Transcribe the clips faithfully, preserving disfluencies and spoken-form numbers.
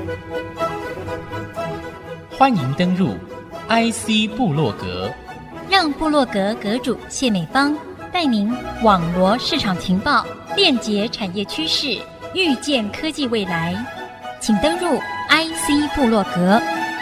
欢迎登入 I C 部落格， 让部落格阁主谢美芳带您网罗市场情报，链接产业趋势，预见科技未来。请登入 I C 部落格。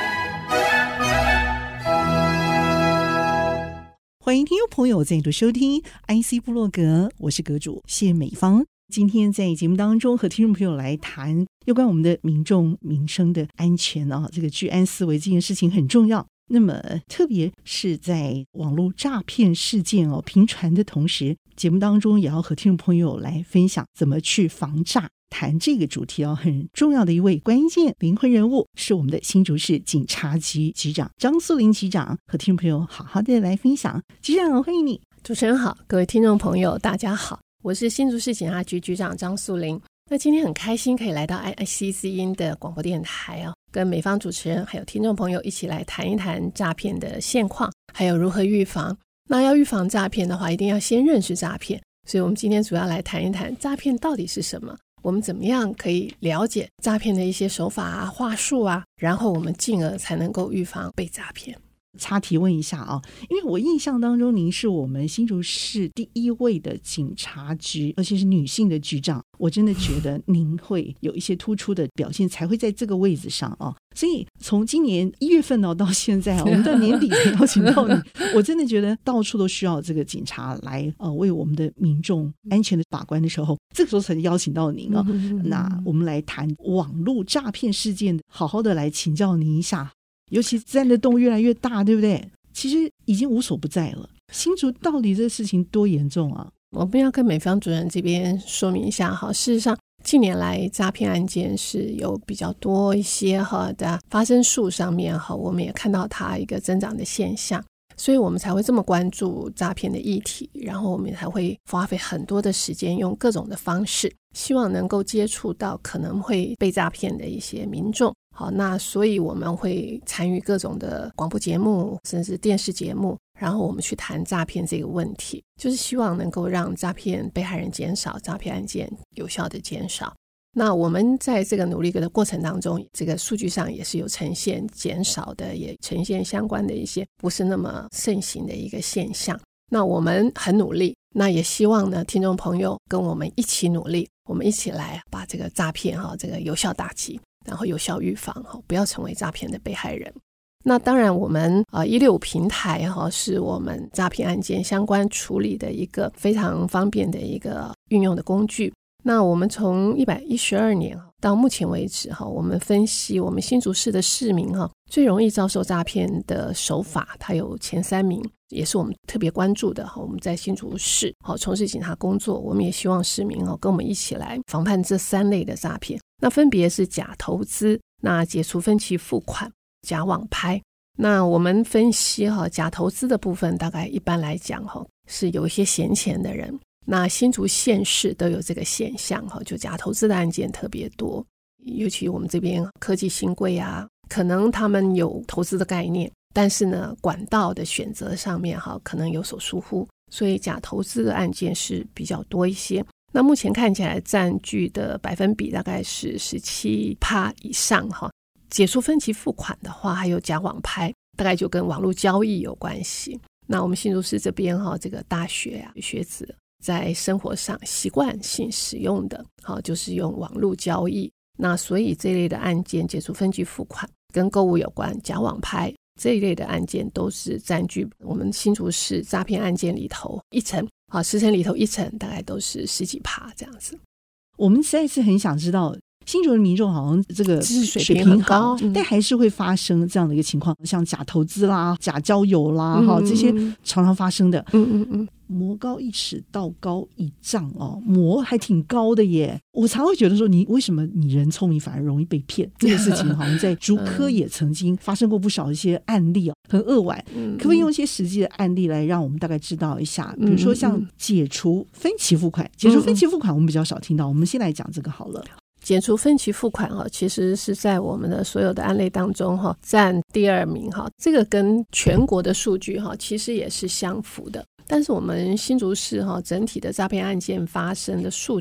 欢迎听众朋友再度收听 I C 部落格，我是阁主谢美芳。今天在节目当中和听众朋友来谈有关我们的民众民生的安全啊，这个居安思危这件事情很重要。那么特别是在网络诈骗事件哦频传的同时，节目当中也要和听众朋友来分享怎么去防诈。谈这个主题哦，很重要的一位关键灵魂人物是我们的新竹市警察局局长张素玲局长，和听众朋友好好的来分享。局长欢迎你。 主持人好，各位听众朋友大家好，我是新竹市警察局局长张素玲。那今天很开心可以来到 I C C 音的广播电台哦，跟美方主持人还有听众朋友一起来谈一谈诈骗的现况，还有如何预防。那要预防诈骗的话，一定要先认识诈骗，所以我们今天主要来谈一谈诈骗到底是什么，我们怎么样可以了解诈骗的一些手法啊、话术啊，然后我们进而才能够预防被诈骗。 插题问一下啊，因为我印象当中您是我们新竹市第一位的警察局，而且是女性的局长，我真的觉得您会有一些突出的表现才会在这个位置上啊。所以从今年一月份哦到现在啊，我们到年底才邀请到你，我真的觉得到处都需要这个警察来呃为我们的民众安全的把关的时候，这个时候才邀请到您啊。那我们来谈网络诈骗事件，好好的来请教您一下。尤其占的洞越来越大，对不对？其实已经无所不在了。新竹到底这个事情多严重啊？ 我们要跟美方主任这边说明一下哈，事实上近年来诈骗案件是有比较多一些哈的发生数上面哈，我们也看到它一个增长的现象，所以我们才会这么关注诈骗的议题，然后我们才会花费很多的时间，用各种的方式，希望能够接触到可能会被诈骗的一些民众。好，那所以我们会参与各种的广播节目甚至电视节目，然后我们去谈诈骗这个问题，就是希望能够让诈骗被害人减少，诈骗案件有效的减少。那我们在这个努力的过程当中，这个数据上也是有呈现减少的，也呈现相关的一些不是那么盛行的一个现象。那我们很努力，那也希望呢听众朋友跟我们一起努力，我们一起来把这个诈骗这个有效打击，然后有效预防，不要成为诈骗的被害人。那当然我们呃一六五平台是我们诈骗案件相关处理的一个非常方便的一个运用的工具。那我们从一百一十二年到目前为止，我们分析我们新竹市的市民最容易遭受诈骗的手法，它有前三名，也是我们特别关注的。我们在新竹市从事警察工作，我们也希望市民跟我们一起来防范这三类的诈骗。那分别是假投资，那解除分期付款，假网拍。那我们分析假投资的部分，大概一般来讲是有一些闲钱的人，那新竹县市都有这个现象，就假投资的案件特别多。尤其我们这边科技新贵啊，可能他们有投资的概念，但是呢管道的选择上面可能有所疏忽，所以假投资的案件是比较多一些。那目前看起来占据的百分比大概是 百分之十七 以上。解除分期付款的话，还有假网拍，大概就跟网络交易有关系。那我们新竹市这边这个大学啊学子在生活上习惯性使用的就是用网络交易，那所以这一类的案件，解除分期付款跟购物有关，假网拍这一类的案件都是占据我们新竹市诈骗案件里头一成，好，十成里头一成，大概都是十几趴这样子。 我们实在是很想知道，新竹的民众好像这个知识水平很高， 嗯、但还是会发生这样的一个情况，像假投资啦、假交友啦，嗯嗯嗯这些常常发生的。嗯嗯嗯，魔高一尺，道高一丈哦，魔还挺高的耶。我常会觉得说，你为什么你人聪明反而容易被骗？这个事情好像在竹科也曾经发生过不少一些案例哦，很扼腕。嗯、可不可以用一些实际的案例来让我们大概知道一下？比如说像解除分期付款，解除分期付款我们比较少听到，我们先来讲这个好了。 解除分期付款其实是在我们的所有的案例当中占第二名，这个跟全国的数据其实也是相符的。但是我们新竹市整体的诈骗案件发生的数据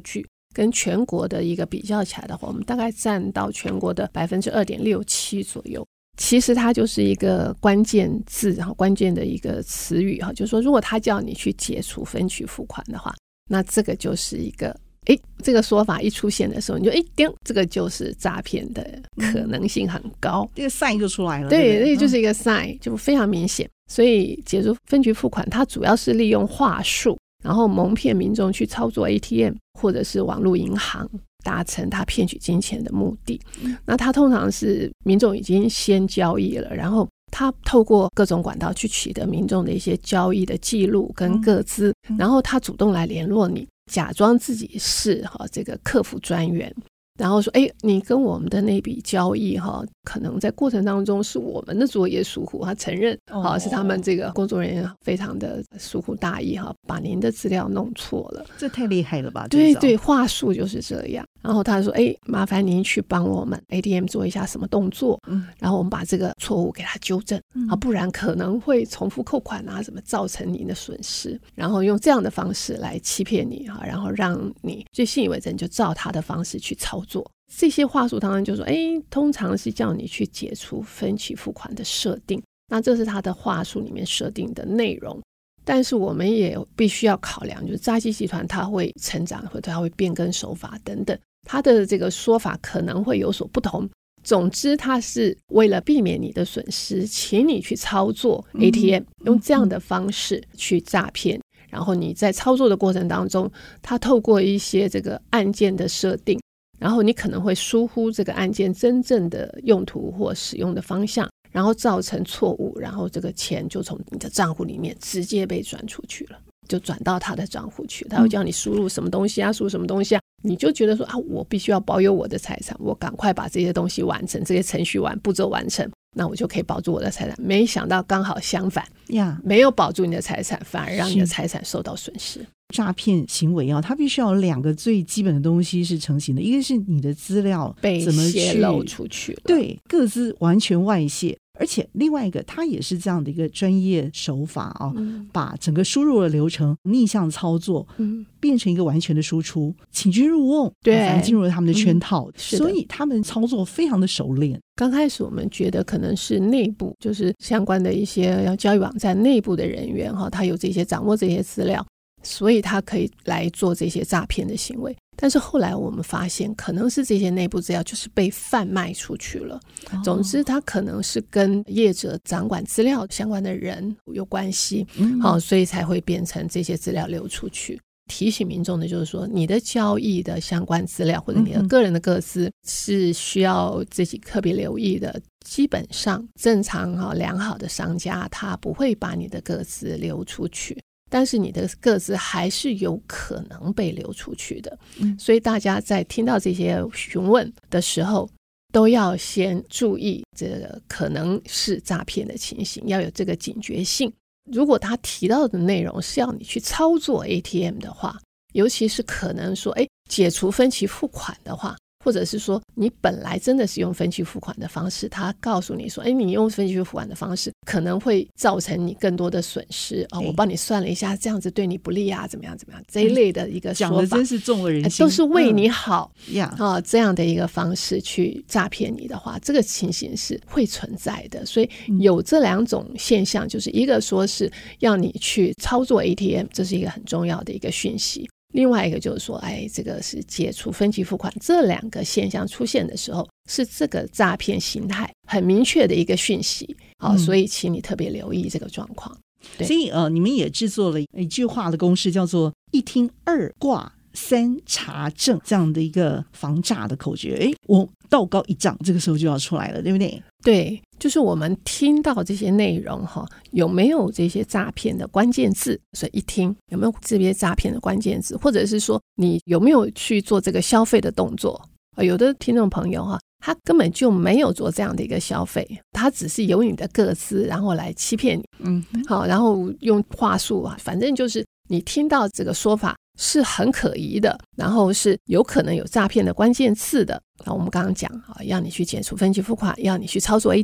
跟全国的一个比较起来的话，我们大概占到全国的 百分之二点六七 左右。其实它就是一个关键字，关键的一个词语，就是说如果他叫你去解除分期付款的话，那这个就是一个诶这个说法一出现的时候，你就诶叮，这个就是诈骗的可能性很高， 这个 sign 就出来了。 对， 对， 那就是一个 sign， 就非常明显。所以解除分期付款它主要是利用话术，然后蒙骗民众去操作 A T M 或者是网络银行，达成他骗取金钱的目的。那他通常是民众已经先交易了，然后他透过各种管道去取得民众的一些交易的记录跟个资，嗯、然后他主动来联络你，假装自己是这个客服专员，然后说哎，你跟我们的那笔交易哈，可能在过程当中是我们的作业疏忽，他承认、哦、是他们这个工作人员非常的疏忽大意哈，把您的资料弄错了。 这太厉害了吧？ 对对，话术就是这样。然后他说哎，麻烦您去帮我们 A T M 做一下什么动作、嗯、然后我们把这个错误给他纠正、嗯、啊，不然可能会重复扣款啊，什么造成您的损失，然后用这样的方式来欺骗你啊，然后让你最信以为真，就照他的方式去操作。这些话术当然就说哎，通常是叫你去解除分期付款的设定，那这是他的话术里面设定的内容。但是我们也必须要考量，就是诈欺集团它会成长，或者它会变更手法等等，它的这个说法可能会有所不同。总之它是为了避免你的损失，请你去操作 A T M、嗯、用这样的方式去诈骗、嗯、然后你在操作的过程当中，它透过一些这个案件的设定，然后你可能会疏忽这个案件真正的用途或使用的方向，然后造成错误，然后这个钱就从你的账户里面直接被转出去了，就转到他的账户去。他会叫你输入什么东西啊，输入什么东西啊，你就觉得说啊，我必须要保有我的财产，我赶快把这些东西完成，这些程序完步骤完成，那我就可以保住我的财产。没想到刚好相反呀，没有保住你的财产，反而让你的财产受到损失。 诈骗行为啊，它必须要有两个最基本的东西是成型的，一个是你的资料被怎么泄露出去了， 对，个资完全外泄，而且另外一个它也是这样的一个专业手法啊、嗯，把整个输入的流程逆向操作、嗯、变成一个完全的输出，请君入瓮，对，反而进入了他们的圈套、嗯、所以他们操作非常的熟练。 刚开始我们觉得可能是内部，就是相关的一些要交易网站内部的人员他有这些掌握这些资料，所以他可以来做这些诈骗的行为。但是后来我们发现可能是这些内部资料就是被贩卖出去了、哦、总之他可能是跟业者掌管资料相关的人有关系、嗯哦、所以才会变成这些资料流出去。提醒民众的就是说，你的交易的相关资料或者你的个人的个资是需要自己特别留意的。基本上正常良好的商家他不会把你的个资流出去，但是你的个资还是有可能被流出去的、嗯、所以大家在听到这些询问的时候都要先注意这个可能是诈骗的情形，要有这个警觉性。如果他提到的内容是要你去操作 A T M 的话，尤其是可能说诶解除分期付款的话，或者是说你本来真的是用分期付款的方式，他告诉你说哎，你用分期付款的方式可能会造成你更多的损失、哦、我帮你算了一下，这样子对你不利啊，怎么样怎么样，这一类的一个说法、 嗯、讲的真是中了人心、 都是为你好、 嗯哦、这样的一个方式去诈骗你的话，这个情形是会存在的。所以有这两种现象，就是一个说是要你去操作 A T M， 这是一个很重要的一个讯息，另外一个就是说哎，这个是解除分期付款，这两个现象出现的时候是这个诈骗形态很明确的一个讯息、哦嗯、所以请你特别留意这个状况。 所以呃，你们也制作了一句话的公式，叫做一听二挂三查证，这样的一个防诈的口诀。哎，我道高一丈，这个时候就要出来了，对不对？ 对，就是我们听到这些内容哈，有没有这些诈骗的关键字，所以一听有没有这些诈骗的关键字，或者是说你有没有去做这个消费的动作。有的听众朋友哈，他根本就没有做这样的一个消费，他只是有你的个资然后来欺骗你，嗯，好，然后用话术啊，反正就是你听到这个说法是很可疑的，然后是有可能有诈骗的关键字的。我们刚刚讲要你去解除分期付款，要你去操作 A T M，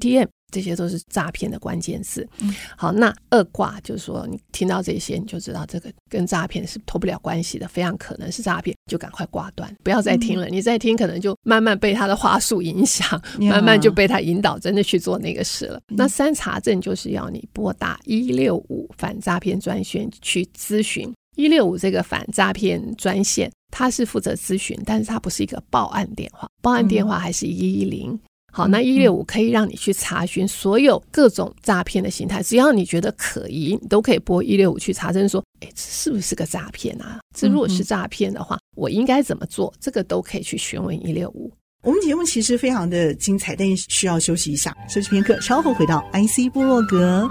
这些都是诈骗的关键字、 嗯、 好，那二卦就是说你听到这些你就知道这个跟诈骗是脱不了关系的，非常可能是诈骗，就赶快挂断，不要再听了、嗯、你再听可能就慢慢被他的话术影响、嗯、慢慢就被他引导真的去做那个事了、嗯、那三查证就是要你拨打一六五反诈骗专线去咨询，一六五这个反诈骗专线它是负责咨询，但是它不是一个报案电话，报案电话还是一一零、嗯、好，那一六五可以让你去查询所有各种诈骗的形态，只要你觉得可疑你都可以拨一六五去查证说诶这是不是个诈骗啊，这如果是诈骗的话、嗯、我应该怎么做，这个都可以去询问一六五。 我们节目其实非常的精彩，但是需要休息一下，休息片刻，稍后回到 I C 部落格。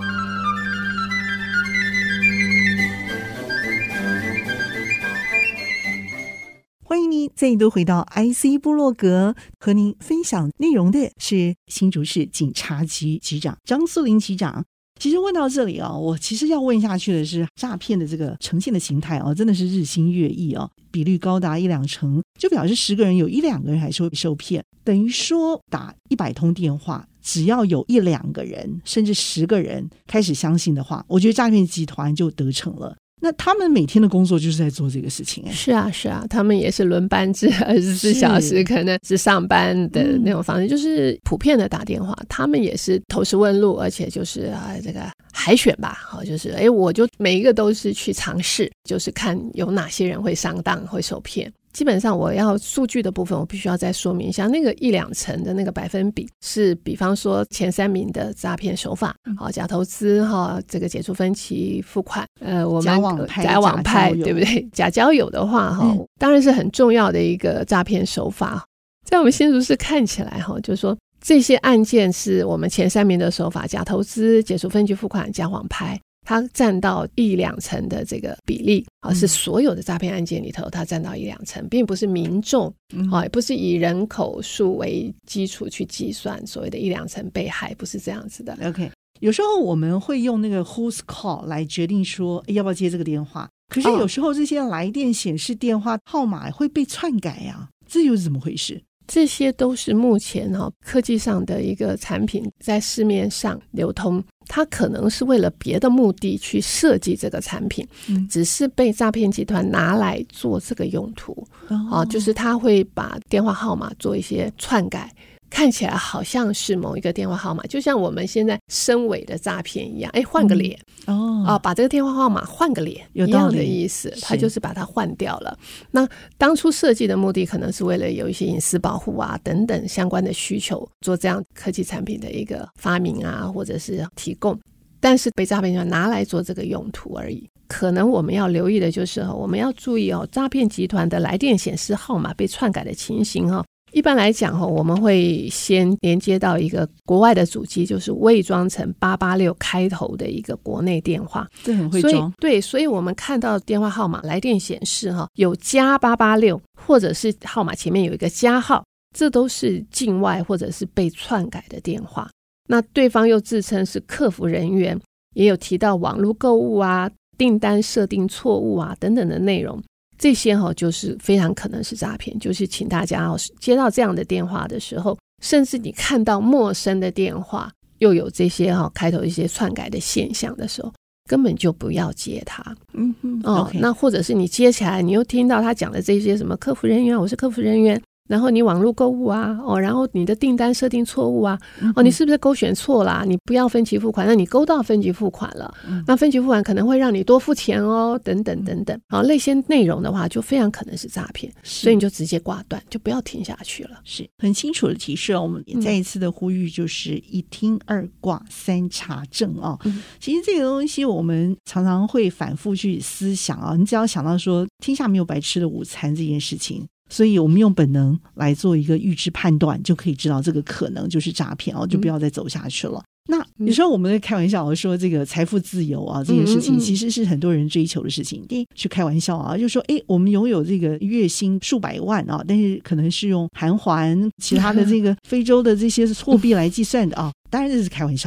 欢迎您再度回到 I C 部落格，和您分享内容的是新竹市警察局局长张素玲局长。其实问到这里啊，我其实要问下去的是诈骗的这个呈现的形态啊，真的是日新月异啊，比率高达一两成，就表示十个人有一两个人还是会受骗，等于说打一百通电话，只要有一两个人甚至十个人开始相信的话，我觉得诈骗集团就得逞了。那他们每天的工作就是在做这个事情、欸、 是啊是啊，他们也是轮班制二十四小时可能是上班的那种方式、嗯、就是普遍的打电话，他们也是投石问路，而且就是啊这个海选吧，就是哎我就每一个都是去尝试，就是看有哪些人会上当会受骗。基本上我要数据的部分我必须要再说明一下，那个一两成的那个百分比是比方说前三名的诈骗手法、嗯、好假投资哈，这个解除分期付款，呃我们假网拍假网拍对不对？假交友的话哈、嗯，当然是很重要的一个诈骗手法。在我们新竹市看起来哈，就是说这些案件是我们前三名的手法，假投资、解除分期付款、假网拍，它占到一两成的这个比例、嗯、是所有的诈骗案件里头它占到一两成，并不是民众、嗯、也不是以人口数为基础去计算所谓的一两成被害，不是这样子的。 OK， 有时候我们会用那个 who's call 来决定说要不要接这个电话，可是有时候这些来电显示电话号码会被篡改啊，这又是怎么回事？ 这些都是目前、哦、科技上的一个产品在市面上流通，它可能是为了别的目的去设计这个产品、嗯、只是被诈骗集团拿来做这个用途、哦啊、就是他会把电话号码做一些篡改，看起来好像是某一个电话号码，就像我们现在深伪的诈骗一样，哎，换个脸、嗯哦啊、把这个电话号码换个脸，一样的意思，他就是把它换掉了。那当初设计的目的可能是为了有一些隐私保护啊等等相关的需求，做这样科技产品的一个发明啊或者是提供，但是被诈骗集团拿来做这个用途而已。可能我们要留意的就是我们要注意哦，诈骗集团的来电显示号码被篡改的情形哦。一般来讲我们会先连接到一个国外的主机，就是伪装成八八六开头的一个国内电话， 这很会装。 所以对，所以我们看到电话号码来电显示有加八八六，或者是号码前面有一个加号，这都是境外或者是被篡改的电话。那对方又自称是客服人员，也有提到网络购物啊、订单设定错误啊等等的内容，这些、哦、就是非常可能是诈骗。就是请大家、哦、接到这样的电话的时候，甚至你看到陌生的电话又有这些、哦、开头一些篡改的现象的时候，根本就不要接它。 嗯哼、 哦 okay. 那或者是你接起来你又听到他讲的这些什么客服人员，我是客服人员，然后你网络购物啊、哦、然后你的订单设定错误啊、嗯、哦，你是不是勾选错啦？你不要分期付款，那你勾到分期付款了、嗯、那分期付款可能会让你多付钱哦，等等等等。好，那些内容的话就非常可能是诈骗，所以你就直接挂断，就不要听下去了。 是很清楚的提示哦，我们也再一次的呼吁，就是一听二挂三查证哦、嗯、其实这个东西我们常常会反复去思想啊，你只要想到说天下没有白吃的午餐这件事情，所以我们用本能来做一个预知判断，就可以知道这个可能就是诈骗哦，就不要再走下去了、嗯、那有时候我们在开玩笑说这个财富自由啊，这件事情其实是很多人追求的事情。第一去开玩笑啊，就说哎，我们拥有这个月薪数百万啊，但是可能是用韩环其他的这个非洲的这些货币来计算的啊，当然这是开玩笑了。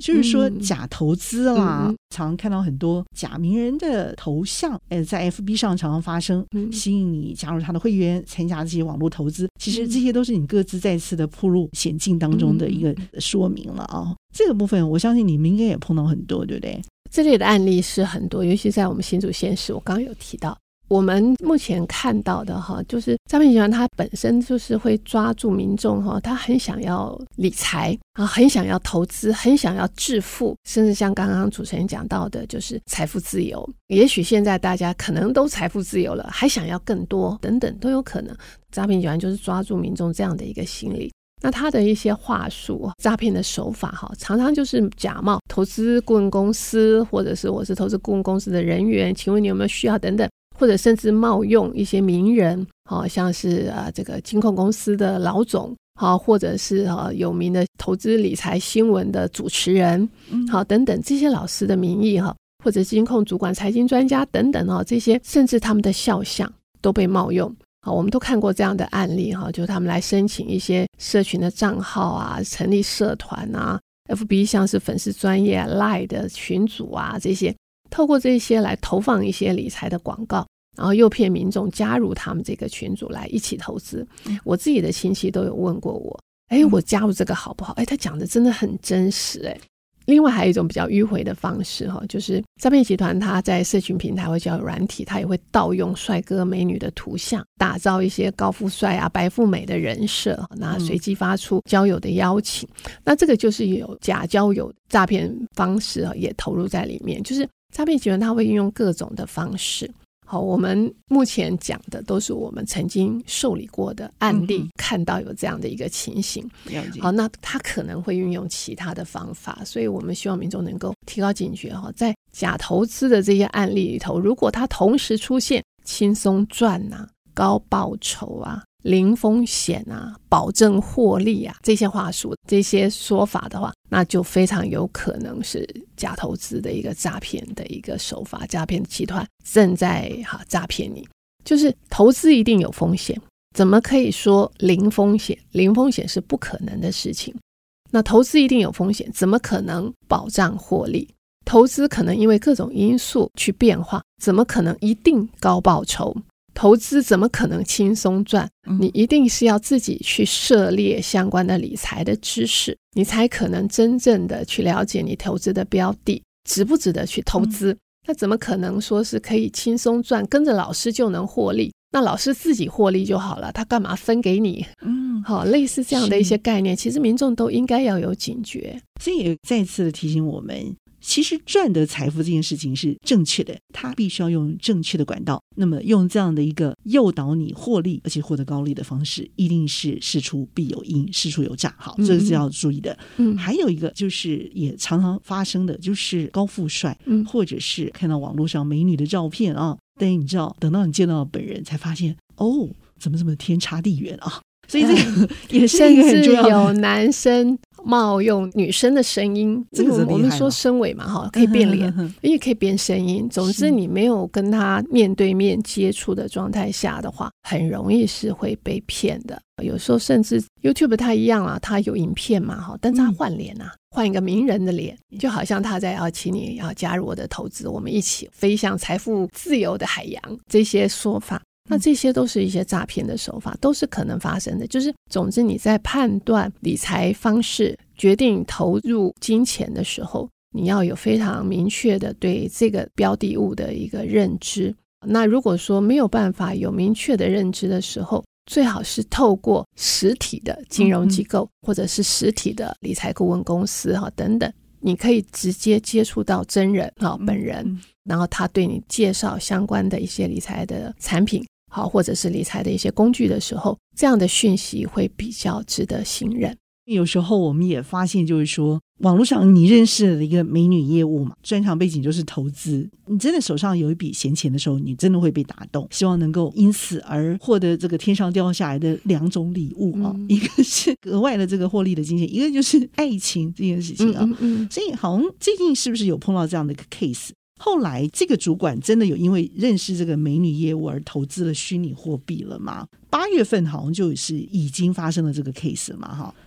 就是说假投资啦、 嗯、 常常看到很多假名人的头像、呃、在 F B 上常常发生、嗯、吸引你加入他的会员，参加这些网络投资，其实这些都是你各自再次的暴露险境当中的一个说明了啊、哦。这个部分我相信你们应该也碰到很多，对不对？ 这类的案例是很多，尤其在我们新竹县市，我刚刚有提到我们目前看到的哈，就是诈骗集团它本身就是会抓住民众哈，他很想要理财啊，很想要投资，很想要致富，甚至像刚刚主持人讲到的，就是财富自由。也许现在大家可能都财富自由了，还想要更多等等都有可能。诈骗集团就是抓住民众这样的一个心理。那他的一些话术诈骗的手法哈，常常就是假冒投资顾问公司，或者是我是投资顾问公司的人员，请问你有没有需要等等，或者甚至冒用一些名人，好像是啊这个金控公司的老总，好，或者是啊有名的投资理财新闻的主持人，好等等这些老师的名义哈，或者金控主管、财经专家等等哦，这些甚至他们的肖像都被冒用。好，我们都看过这样的案例哈，就是他们来申请一些社群的账号啊，成立社团啊 ，F B 像是粉丝专页、Line 的群组啊，这些透过这些来投放一些理财的广告，然后诱骗民众加入他们这个群组来一起投资。我自己的亲戚都有问过我，哎，我加入这个好不好？哎，他讲的真的很真实哎。另外还有一种比较迂回的方式，就是诈骗集团他在社群平台或交友软体，他也会盗用帅哥美女的图像，打造一些高富帅啊白富美的人设，那随机发出交友的邀请、嗯、那这个就是有假交友诈骗方式也投入在里面。就是诈骗集团他会运用各种的方式，好，我们目前讲的都是我们曾经受理过的案例、嗯、看到有这样的一个情形。好，那他可能会运用其他的方法，所以我们希望民众能够提高警觉，在假投资的这些案例里头，如果他同时出现轻松赚啊、高报酬啊、零风险啊、保证获利啊这些话术、这些说法的话，那就非常有可能是假投资的一个诈骗的一个手法，诈骗集团正在哈诈骗你。就是投资一定有风险，怎么可以说零风险？零风险是不可能的事情。那投资一定有风险，怎么可能保障获利？投资可能因为各种因素去变化，怎么可能一定高报酬？投资怎么可能轻松赚？你一定是要自己去涉猎相关的理财的知识，你才可能真正的去了解你投资的标的值不值得去投资、嗯、那怎么可能说是可以轻松赚，跟着老师就能获利？那老师自己获利就好了，他干嘛分给你？嗯，好，类似这样的一些概念，其实民众都应该要有警觉。 所以也再次的提醒我们，其实赚得财富这件事情是正确的，他必须要用正确的管道，那么用这样的一个诱导你获利而且获得高利的方式，一定是事出必有因，事出有诈。好，这个是要注意的、嗯、还有一个就是也常常发生的就是高富帅、嗯、或者是看到网络上美女的照片啊，但你知道等到你见到本人才发现，哦，怎么这么天差地远啊。所以这个也是一个很重要的， 甚至有男生冒用女生的声音， 这个我们说声尾嘛，可以变脸，也可以变声音。总之你没有跟他面对面接触的状态下的话，很容易是会被骗的。有时候甚至 YouTube 它一样啊，它有影片嘛，但是它换脸啊、嗯、换一个名人的脸，就好像他在要请你要加入我的投资，我们一起飞向财富自由的海洋，这些说法，那这些都是一些诈骗的手法，都是可能发生的。就是总之你在判断理财方式、决定投入金钱的时候，你要有非常明确的对这个标的物的一个认知。那如果说没有办法有明确的认知的时候，最好是透过实体的金融机构、嗯、或者是实体的理财顾问公司等等，你可以直接接触到真人本人、嗯、然后他对你介绍相关的一些理财的产品好，或者是理财的一些工具的时候，这样的讯息会比较值得信任。 有时候我们也发现，就是说网络上你认识了一个美女业务嘛，专长背景就是投资，你真的手上有一笔闲钱的时候，你真的会被打动，希望能够因此而获得这个天上掉下来的两种礼物啊、嗯，一个是额外的这个获利的金钱，一个就是爱情这件事情啊。嗯嗯嗯，所以好像最近是不是有碰到这样的一个 case？后来这个主管真的有因为认识这个美女业务而投资了虚拟货币了吗？八月份好像就是已经发生了这个 case 嘛，哈。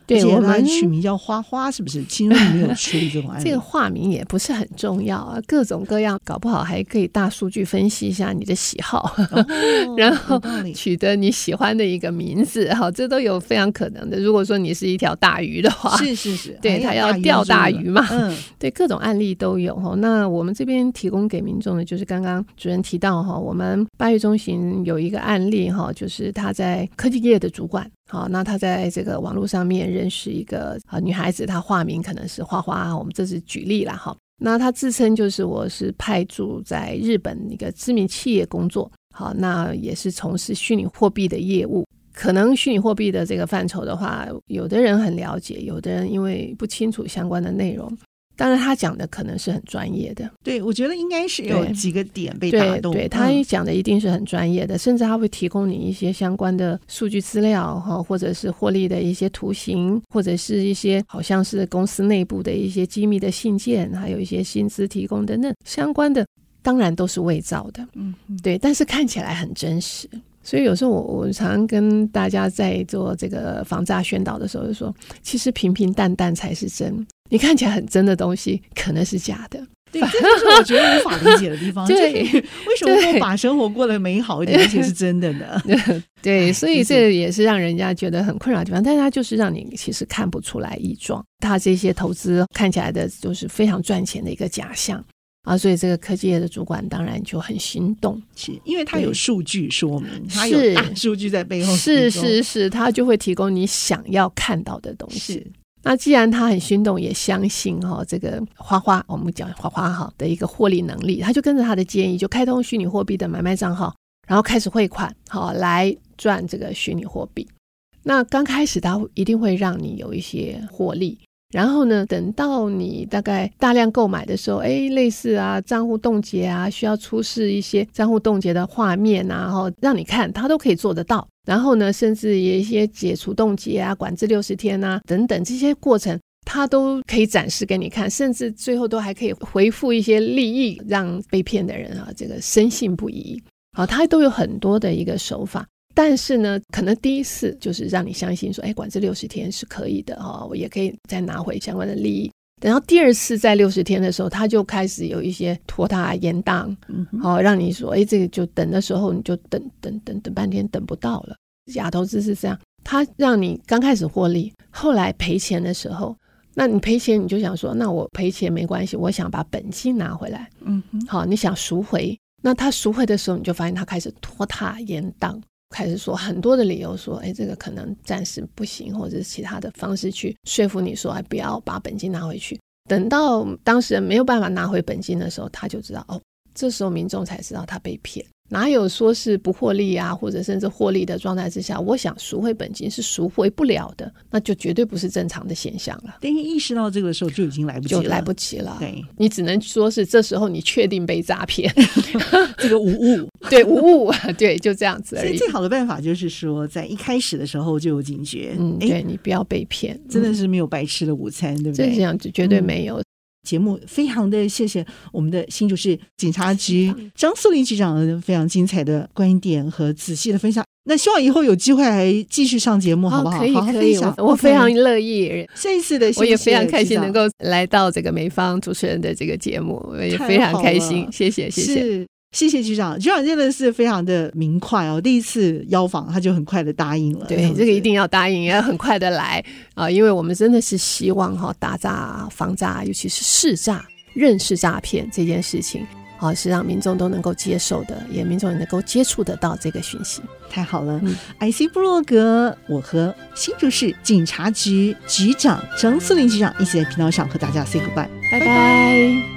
对， 而且我们取名叫花花，是不是？其中你没有处理这种案例？ 这个化名也不是很重要啊，各种各样，搞不好还可以大数据分析一下你的喜好，哦、然后取得你喜欢的一个名字，好，这都有非常可能的。如果说你是一条大鱼的话， 是是是， 对，他要钓大鱼嘛， 嗯， 对，各种案例都有哈。那我们这边提供给民众的，就是刚刚主任提到哈，我们八月中心有一个案例哈，就是他在科技业的主管。好，那他在这个网络上面认识一个、呃、女孩子，她化名可能是花花，我们这是举例啦哈。那她自称就是我是派驻在日本一个知名企业工作，好，那也是从事虚拟货币的业务。可能虚拟货币的这个范畴的话，有的人很了解，有的人因为不清楚相关的内容。当然他讲的可能是很专业的， 对，我觉得应该是有几个点被打动， 对对，他讲的一定是很专业的、嗯、甚至他会提供你一些相关的数据资料，或者是获利的一些图形，或者是一些好像是公司内部的一些机密的信件，还有一些薪资提供等等相关的，当然都是伪造的，嗯，对，但是看起来很真实。所以有时候我我常常跟大家在做这个防诈宣导的时候就说，其实平平淡淡才是真，你看起来很真的东西可能是假的。 对，这就是我觉得无法理解的地方。对，为什么不把生活过得美好一点，而且是真的呢？ 对，所以这也是让人家觉得很困扰的地方，但是它就是让你其实看不出来异状，它这些投资看起来的就是非常赚钱的一个假象。啊，所以这个科技业的主管当然就很心动， 是因为他有数据说明，他有大数据在背后， 是是是，他就会提供你想要看到的东西。那既然他很心动，也相信哈、哦、这个花花，我们讲花花哈的一个获利能力，他就跟着他的建议，就开通虚拟货币的买卖账号，然后开始汇款，好来赚这个虚拟货币。那刚开始他一定会让你有一些获利。然后呢，等到你大概大量购买的时候，哎，类似啊账户冻结啊，需要出示一些账户冻结的画面啊，然后让你看，它都可以做得到。然后呢，甚至有一些解除冻结啊、管制六十天啊等等这些过程，它都可以展示给你看，甚至最后都还可以回复一些利益，让被骗的人啊这个深信不疑。好，它都有很多的一个手法。但是呢，可能第一次就是让你相信说，哎，管制六十天是可以的哦，我也可以再拿回相关的利益。等到第二次在六十天的时候，他就开始有一些拖沓延宕，嗯，好、哦、让你说，哎，这个就等的时候你就等等等等半天等不到了。假投资是这样，他让你刚开始获利，后来赔钱的时候，那你赔钱你就想说，那我赔钱没关系，我想把本金拿回来，嗯，好，你想赎回，那他赎回的时候，你就发现他开始拖沓延宕。开始说很多的理由说，哎，这个可能暂时不行，或者是其他的方式去说服你说，哎，不要把本金拿回去。等到当事人没有办法拿回本金的时候，他就知道，哦，这时候民众才知道他被骗。哪有说是不获利啊，或者甚至获利的状态之下，我想赎回本金是赎回不了的，那就绝对不是正常的现象了。 但是意识到这个时候就已经来不及了， 就来不及了。 对， 你只能说是这时候你确定被诈骗， 这个无误， 对，无误，对，就这样子而已。 所以最好的办法就是说，在一开始的时候就有警觉， 嗯，对，你不要被骗， 真的是没有白吃的午餐，嗯、对不对？ 这样子绝对没有。嗯， 节目非常的谢谢我们的新竹市警察局张素玲局长的非常精彩的观点和仔细的分享。那希望以后有机会还继续上节目，好不好？ 可以好好可以，我, 我非常乐意。 下一次的谢谢， 我也非常开心能够来到这个美方主持人的这个节目，我也非常开心。谢谢谢谢。 是谢谢局长，局长真的是非常的明快哦。第一次邀访他就很快的答应了， 对，这个一定要答应，也要很快的来啊、呃，因为我们真的是希望哈、哦、打诈、防诈，尤其是识诈、认识诈骗这件事情，啊、呃，是让民众都能够接受的，也民众也能够接触得到这个讯息。 太好了、嗯、I C 部落格，我和新竹市警察局局长张素玲局长一起在频道上和大家 say goodbye， 拜拜。